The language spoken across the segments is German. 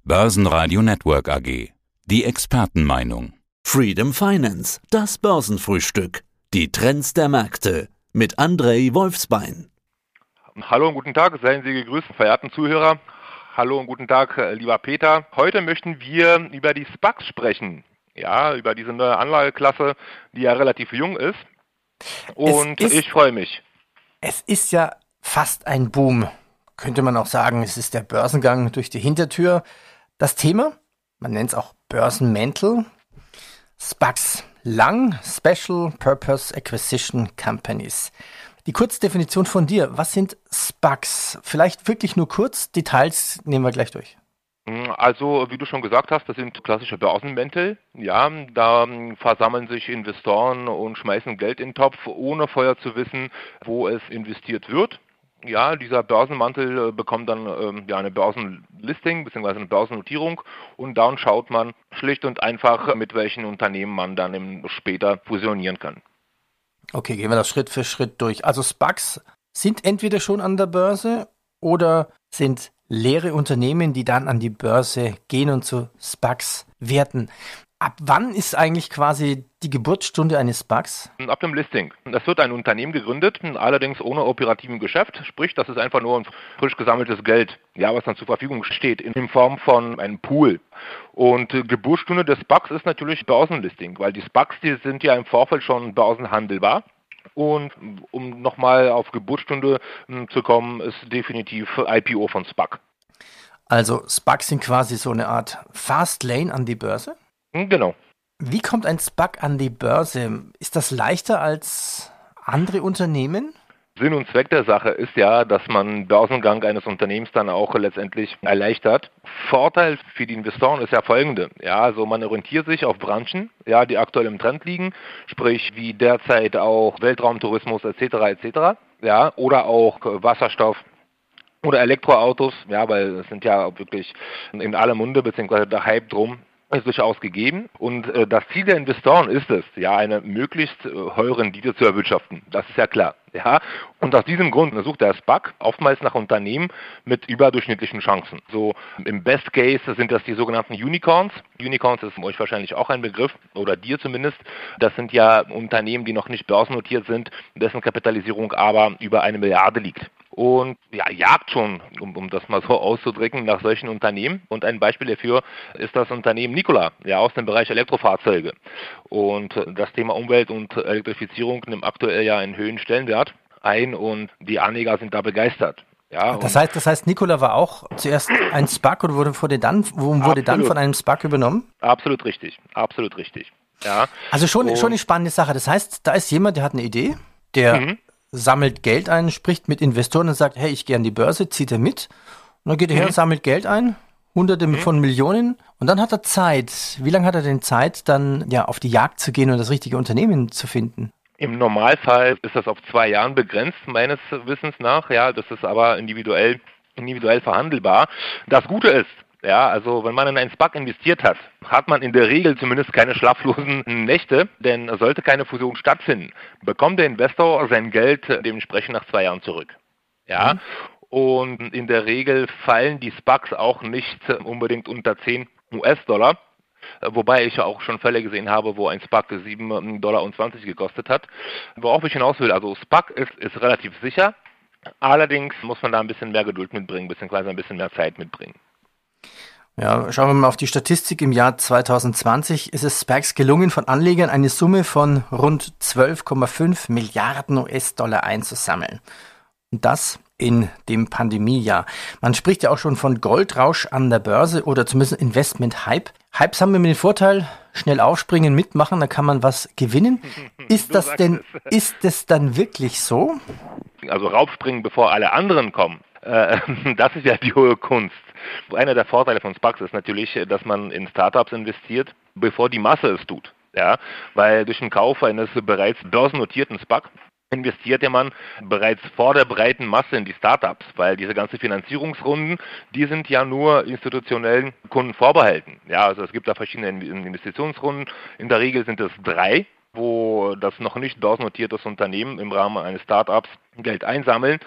Börsenradio Network AG. Die Expertenmeinung. Freedom Finance, das Börsenfrühstück. Die Trends der Märkte mit André Wolfsbein. Hallo und guten Tag, seien Sie gegrüßt, verehrten Zuhörer. Hallo und guten Tag, lieber Peter. Heute möchten wir über die SPACs sprechen. Ja, über diese neue Anlageklasse, die ja relativ jung ist. Und ich freue mich. Es ist ja fast ein Boom. Könnte man auch sagen, es ist der Börsengang durch die Hintertür. Das Thema, man nennt es auch Börsenmäntel, SPACs, lang Special Purpose Acquisition Companies. Die Kurzdefinition von dir, was sind SPACs? Vielleicht wirklich nur kurz, Details nehmen wir gleich durch. Also, wie du schon gesagt hast, das sind klassische Börsenmäntel. Ja, da versammeln sich Investoren und schmeißen Geld in den Topf, ohne vorher zu wissen, wo es investiert wird. Ja, dieser Börsenmantel bekommt dann eine Börsenlisting bzw. eine Börsennotierung und dann schaut man schlicht und einfach, mit welchen Unternehmen man dann später fusionieren kann. Okay, gehen wir das Schritt für Schritt durch. Also SPACs sind entweder schon an der Börse oder sind leere Unternehmen, die dann an die Börse gehen und zu SPACs werden. Ab wann ist eigentlich quasi die Geburtsstunde eines SPACs? Ab dem Listing. Es wird ein Unternehmen gegründet, allerdings ohne operativen Geschäft. Sprich, das ist einfach nur ein frisch gesammeltes Geld, ja, was dann zur Verfügung steht, in Form von einem Pool. Und Geburtsstunde des SPACs ist natürlich Börsenlisting, weil die SPACs, die sind ja im Vorfeld schon börsenhandelbar. Und um nochmal auf Geburtsstunde zu kommen, ist definitiv IPO von SPAC. Also SPACs sind quasi so eine Art Fast Lane an die Börse? Genau. Wie kommt ein SPAC an die Börse? Ist das leichter als andere Unternehmen? Sinn und Zweck der Sache ist ja, dass man Börsengang eines Unternehmens dann auch letztendlich erleichtert. Vorteil für die Investoren ist ja folgende. Ja, also man orientiert sich auf Branchen, ja, die aktuell im Trend liegen, sprich wie derzeit auch Weltraumtourismus etc. Ja, oder auch Wasserstoff oder Elektroautos, ja, weil es sind ja wirklich in aller Munde beziehungsweise der Hype drum ist durchaus gegeben und das Ziel der Investoren ist es, ja, eine möglichst hohe Rendite zu erwirtschaften. Das ist ja klar, ja. Und aus diesem Grund sucht der SPAC oftmals nach Unternehmen mit überdurchschnittlichen Chancen. So im Best Case sind das die sogenannten Unicorns. Unicorns ist euch wahrscheinlich auch ein Begriff oder dir zumindest. Das sind ja Unternehmen, die noch nicht börsennotiert sind, dessen Kapitalisierung aber über 1 Milliarde liegt. Und ja, jagt schon, um das mal so auszudrücken, nach solchen Unternehmen. Und ein Beispiel dafür ist das Unternehmen Nikola, ja, aus dem Bereich Elektrofahrzeuge. Und das Thema Umwelt und Elektrifizierung nimmt aktuell ja einen höheren Stellenwert ein und die Anleger sind da begeistert. Ja, das heißt, Nikola war auch zuerst ein SPAC oder wurde dann von einem SPAC übernommen? Absolut richtig, absolut richtig. Ja. Also schon eine spannende Sache. Das heißt, da ist jemand, der hat eine Idee, der sammelt Geld ein, spricht mit Investoren und sagt, hey, ich gehe an die Börse, zieht er mit. Und dann geht er her und sammelt Geld ein, Hunderte von Millionen. Und dann hat er Zeit. Wie lange hat er denn Zeit, dann ja auf die Jagd zu gehen und das richtige Unternehmen zu finden? Im Normalfall ist das auf 2 Jahren begrenzt, meines Wissens nach. Ja, das ist aber individuell verhandelbar. Das Gute ist, ja, also wenn man in einen SPAC investiert hat, hat man in der Regel zumindest keine schlaflosen Nächte, denn sollte keine Fusion stattfinden, bekommt der Investor sein Geld dementsprechend nach 2 Jahren zurück. Ja, und in der Regel fallen die SPACs auch nicht unbedingt unter 10 US-Dollar, wobei ich ja auch schon Fälle gesehen habe, wo ein SPAC $7,20 gekostet hat. Worauf ich hinaus will, also SPAC ist relativ sicher, allerdings muss man da ein bisschen mehr Geduld mitbringen, beziehungsweise ein bisschen mehr Zeit mitbringen. Ja, schauen wir mal auf die Statistik. Im Jahr 2020 ist es SPACs gelungen, von Anlegern eine Summe von rund 12,5 Milliarden US-Dollar einzusammeln. Und das in dem Pandemiejahr. Man spricht ja auch schon von Goldrausch an der Börse oder zumindest Investment-Hype. Hypes haben immer den Vorteil, schnell aufspringen, mitmachen, da kann man was gewinnen. Ist es dann wirklich so? Also raufspringen, bevor alle anderen kommen. Das ist ja die hohe Kunst. Einer der Vorteile von SPACs ist natürlich, dass man in Startups investiert, bevor die Masse es tut. Ja, weil durch den Kauf eines bereits börsennotierten SPAC investiert man bereits vor der breiten Masse in die Startups, weil diese ganzen Finanzierungsrunden, die sind ja nur institutionellen Kunden vorbehalten. Ja, also es gibt da verschiedene Investitionsrunden. In der Regel sind es 3, wo das noch nicht börsennotiertes Unternehmen im Rahmen eines Startups Geld einsammeln.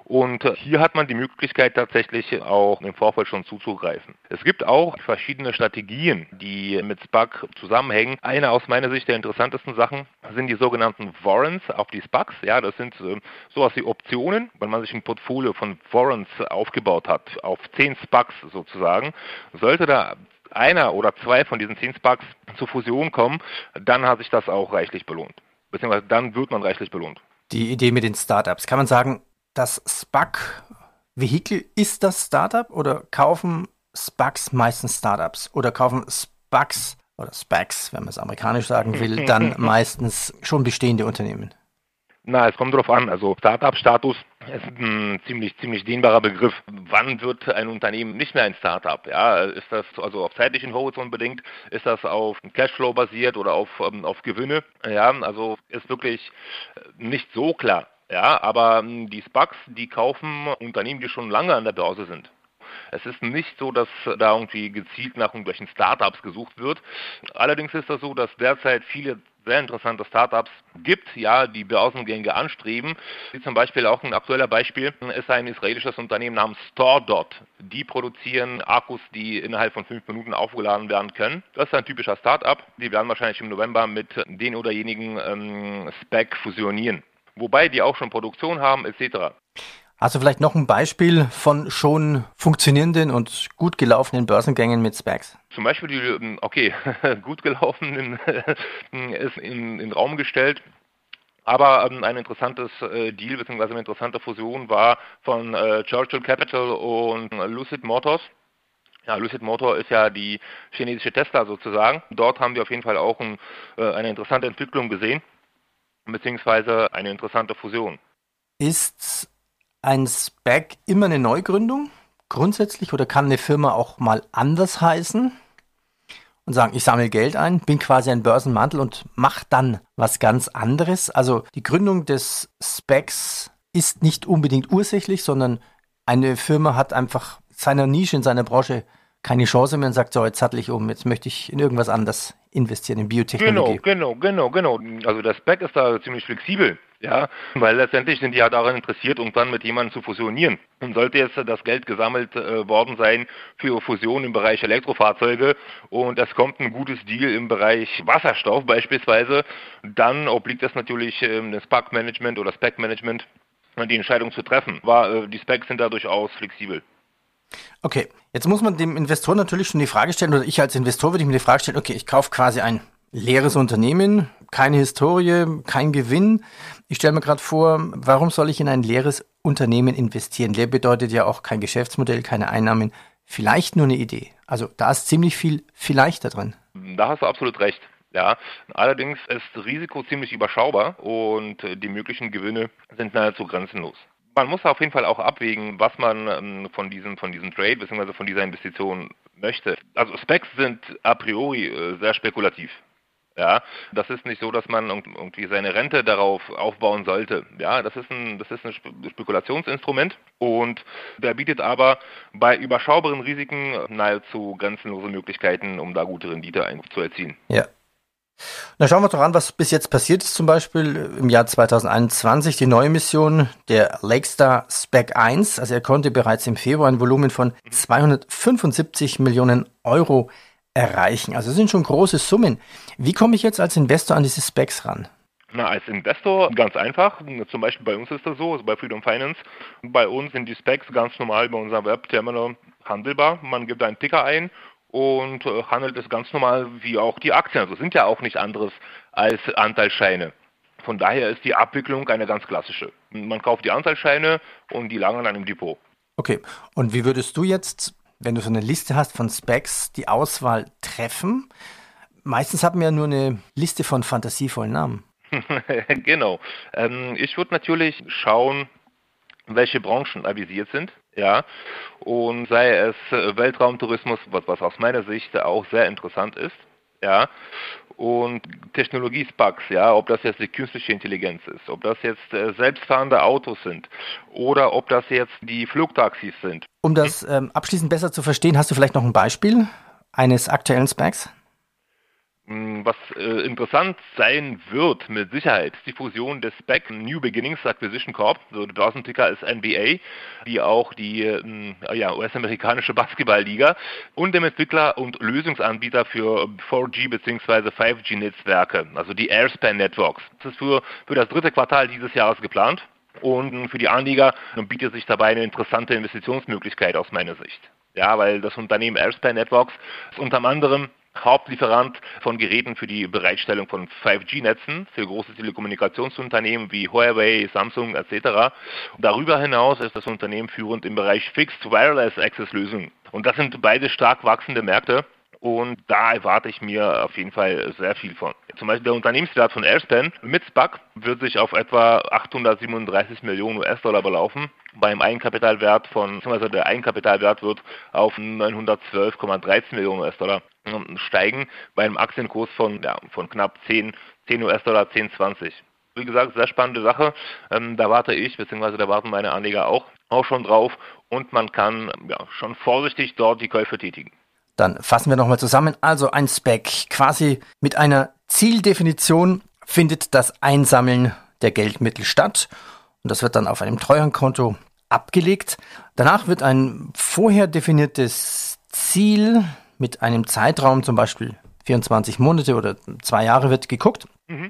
Und hier hat man die Möglichkeit tatsächlich auch im Vorfeld schon zuzugreifen. Es gibt auch verschiedene Strategien, die mit SPAC zusammenhängen. Eine aus meiner Sicht der interessantesten Sachen sind die sogenannten Warrants auf die SPACs. Ja, das sind sowas wie Optionen, wenn man sich ein Portfolio von Warrants aufgebaut hat, auf 10 SPACs sozusagen. Sollte da einer oder zwei von diesen 10 SPACs zur Fusion kommen, dann hat sich das auch reichlich belohnt. Beziehungsweise dann wird man reichlich belohnt. Die Idee mit den Startups. Kann man sagen, das SPAC-Vehikel ist das Startup oder kaufen SPACs meistens Startups? Oder kaufen SPACs oder SPACs, wenn man es amerikanisch sagen will, dann meistens schon bestehende Unternehmen? Na, es kommt darauf an. Also Startup-Status ist ein ziemlich dehnbarer Begriff. Wann wird ein Unternehmen nicht mehr ein Startup? Ja, ist das also auf zeitlichen Horizont bedingt? Ist das auf Cashflow basiert oder auf Gewinne? Ja, also ist wirklich nicht so klar. Ja, aber die SPACs, die kaufen Unternehmen, die schon lange an der Börse sind. Es ist nicht so, dass da irgendwie gezielt nach irgendwelchen Startups gesucht wird. Allerdings ist das so, dass derzeit viele sehr interessante Startups gibt, ja, die Börsengänge anstreben. Wie zum Beispiel auch ein aktueller Beispiel ist ein israelisches Unternehmen namens StoreDot. Die produzieren Akkus, die innerhalb von 5 Minuten aufgeladen werden können. Das ist ein typischer Startup. Die werden wahrscheinlich im November mit den oder jenigen SPAC fusionieren. Wobei die auch schon Produktion haben, etc. Hast du vielleicht noch ein Beispiel von schon funktionierenden und gut gelaufenen Börsengängen mit SPACs? Zum Beispiel gut gelaufen ist in den Raum gestellt. Aber ein interessantes Deal bzw. eine interessante Fusion war von Churchill Capital und Lucid Motors. Ja, Lucid Motor ist ja die chinesische Tesla sozusagen. Dort haben wir auf jeden Fall auch eine interessante Entwicklung gesehen, beziehungsweise eine interessante Fusion. Ist ein SPAC immer eine Neugründung grundsätzlich oder kann eine Firma auch mal anders heißen und sagen, ich sammle Geld ein, bin quasi ein Börsenmantel und mache dann was ganz anderes? Also die Gründung des SPACs ist nicht unbedingt ursächlich, sondern eine Firma hat einfach seiner Nische, in seiner Branche keine Chance mehr und sagt, so, jetzt sattel ich um, jetzt möchte ich in irgendwas anderes investieren, in Biotechnologie. Genau. Also der SPAC ist da ziemlich flexibel. Ja, weil letztendlich sind die ja daran interessiert, dann mit jemandem zu fusionieren. Und sollte jetzt das Geld gesammelt worden sein für Fusion im Bereich Elektrofahrzeuge und es kommt ein gutes Deal im Bereich Wasserstoff beispielsweise, dann obliegt das natürlich dem SPAC-Management oder SPAC-Management, die Entscheidung zu treffen. Die SPACs sind da durchaus flexibel. Okay, jetzt muss man dem Investor natürlich schon die Frage stellen, oder ich als Investor würde ich mir die Frage stellen, okay, ich kaufe quasi ein leeres Unternehmen, keine Historie, kein Gewinn. Ich stelle mir gerade vor, warum soll ich in ein leeres Unternehmen investieren? Leer bedeutet ja auch kein Geschäftsmodell, keine Einnahmen, vielleicht nur eine Idee. Also da ist ziemlich viel vielleicht da drin. Da hast du absolut recht. Ja, allerdings ist das Risiko ziemlich überschaubar und die möglichen Gewinne sind nahezu grenzenlos. Man muss auf jeden Fall auch abwägen, was man von diesem Trade bzw. von dieser Investition möchte. Also SPACs sind a priori sehr spekulativ. Ja, das ist nicht so, dass man irgendwie seine Rente darauf aufbauen sollte. Ja, das ist ein Spekulationsinstrument und der bietet aber bei überschaubaren Risiken nahezu grenzenlose Möglichkeiten, um da gute Rendite zu erzielen. Ja. Na, schauen wir uns doch an, was bis jetzt passiert ist. Zum Beispiel im Jahr 2021 die neue Mission der Lakestar SPAC 1. Also er konnte bereits im Februar ein Volumen von 275 Millionen Euro erreichen. Also das sind schon große Summen. Wie komme ich jetzt als Investor an diese SPACs ran? Na, als Investor ganz einfach. Zum Beispiel bei uns ist das so, also bei Freedom Finance. Bei uns sind die SPACs ganz normal bei unserem Webterminal handelbar. Man gibt einen Ticker ein und handelt es ganz normal wie auch die Aktien. Also sind ja auch nicht anderes als Anteilsscheine. Von daher ist die Abwicklung eine ganz klassische. Man kauft die Anteilsscheine und die lagern dann im Depot. Okay, und wie würdest du jetzt, wenn du so eine Liste hast von SPACs, die Auswahl treffen? Meistens haben wir ja nur eine Liste von fantasievollen Namen. Genau. Ich würde natürlich schauen, welche Branchen avisiert sind. Ja, und sei es Weltraumtourismus, was aus meiner Sicht auch sehr interessant ist, ja, und Technologie-SPACs, ja, ob das jetzt die künstliche Intelligenz ist, ob das jetzt selbstfahrende Autos sind oder ob das jetzt die Flugtaxis sind. Um das abschließend besser zu verstehen, hast du vielleicht noch ein Beispiel eines aktuellen SPACs? Was interessant sein wird, mit Sicherheit, ist die Fusion des SPAC New Beginnings Acquisition Corp, so der Börsenticker ist NBA, die auch die US-amerikanische Basketballliga und dem Entwickler und Lösungsanbieter für 4G bzw. 5G-Netzwerke, also die Airspan Networks. Das ist für das dritte Quartal dieses Jahres geplant und für die Anleger bietet sich dabei eine interessante Investitionsmöglichkeit aus meiner Sicht. Ja, weil das Unternehmen Airspan Networks ist unter anderem Hauptlieferant von Geräten für die Bereitstellung von 5G-Netzen für große Telekommunikationsunternehmen wie Huawei, Samsung etc. Darüber hinaus ist das Unternehmen führend im Bereich Fixed Wireless Access Lösungen. Und das sind beide stark wachsende Märkte. Und da erwarte ich mir auf jeden Fall sehr viel von. Zum Beispiel der Unternehmenswert von Airspan mit SPAC wird sich auf etwa 837 Millionen US-Dollar belaufen. Der Eigenkapitalwert wird auf 912,13 Millionen US-Dollar steigen, bei einem Aktienkurs von knapp 10 US-Dollar, 10,20. Wie gesagt, sehr spannende Sache. Da warte ich, beziehungsweise da warten meine Anleger auch schon drauf. Und man kann schon vorsichtig dort die Käufe tätigen. Dann fassen wir nochmal zusammen. Also ein SPAC, quasi mit einer Zieldefinition findet das Einsammeln der Geldmittel statt. Und das wird dann auf einem Treuhandkonto abgelegt. Danach wird ein vorher definiertes Ziel mit einem Zeitraum, zum Beispiel 24 Monate oder 2 Jahre wird geguckt.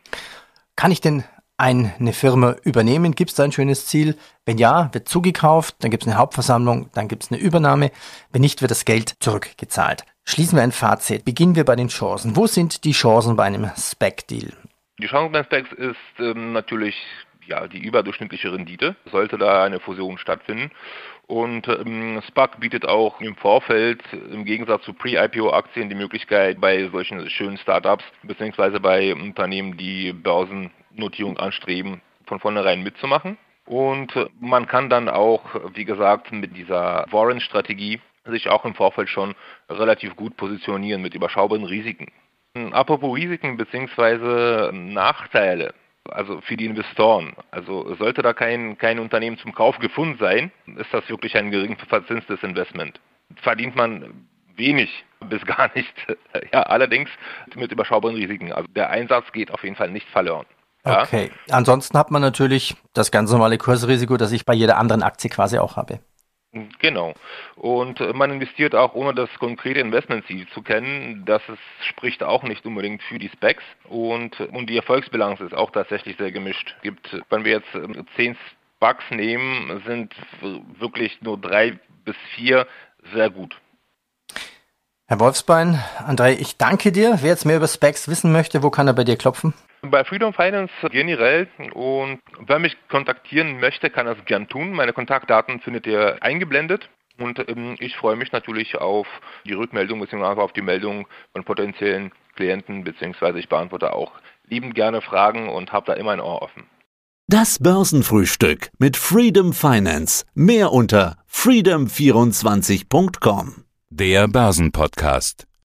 Kann ich denn eine Firma übernehmen? Gibt es da ein schönes Ziel? Wenn ja, wird zugekauft, dann gibt es eine Hauptversammlung, dann gibt es eine Übernahme. Wenn nicht, wird das Geld zurückgezahlt. Schließen wir ein Fazit. Beginnen wir bei den Chancen. Wo sind die Chancen bei einem SPAC-Deal? Die Chance beim SPAC ist natürlich die überdurchschnittliche Rendite, sollte da eine Fusion stattfinden. Und SPAC bietet auch im Vorfeld im Gegensatz zu Pre-IPO-Aktien die Möglichkeit, bei solchen schönen Startups beziehungsweise bei Unternehmen, die Börsennotierung anstreben, von vornherein mitzumachen. Und man kann dann auch, wie gesagt, mit dieser Warrant-Strategie sich auch im Vorfeld schon relativ gut positionieren mit überschaubaren Risiken. Apropos Risiken beziehungsweise Nachteile. Also für die Investoren. Also sollte da kein Unternehmen zum Kauf gefunden sein, ist das wirklich ein gering verzinstes Investment. Verdient man wenig bis gar nicht. Ja, allerdings mit überschaubaren Risiken. Also der Einsatz geht auf jeden Fall nicht verloren. Ja? Okay. Ansonsten hat man natürlich das ganz normale Kursrisiko, das ich bei jeder anderen Aktie quasi auch habe. Genau. Und man investiert auch ohne das konkrete Investmentziel zu kennen. Das spricht auch nicht unbedingt für die SPACs. Und die Erfolgsbilanz ist auch tatsächlich sehr gemischt. Wenn wir jetzt 10 SPACs nehmen, sind wirklich nur 3 bis 4 sehr gut. Herr Wolfsbein, André, ich danke dir. Wer jetzt mehr über SPACs wissen möchte, wo kann er bei dir klopfen? Bei Freedom Finance generell, und wer mich kontaktieren möchte, kann das gern tun. Meine Kontaktdaten findet ihr eingeblendet und ich freue mich natürlich auf die Rückmeldung bzw. auf die Meldung von potenziellen Klienten, beziehungsweise ich beantworte auch liebend gerne Fragen und habe da immer ein Ohr offen. Das Börsenfrühstück mit Freedom Finance. Mehr unter freedom24.com. Der Börsenpodcast.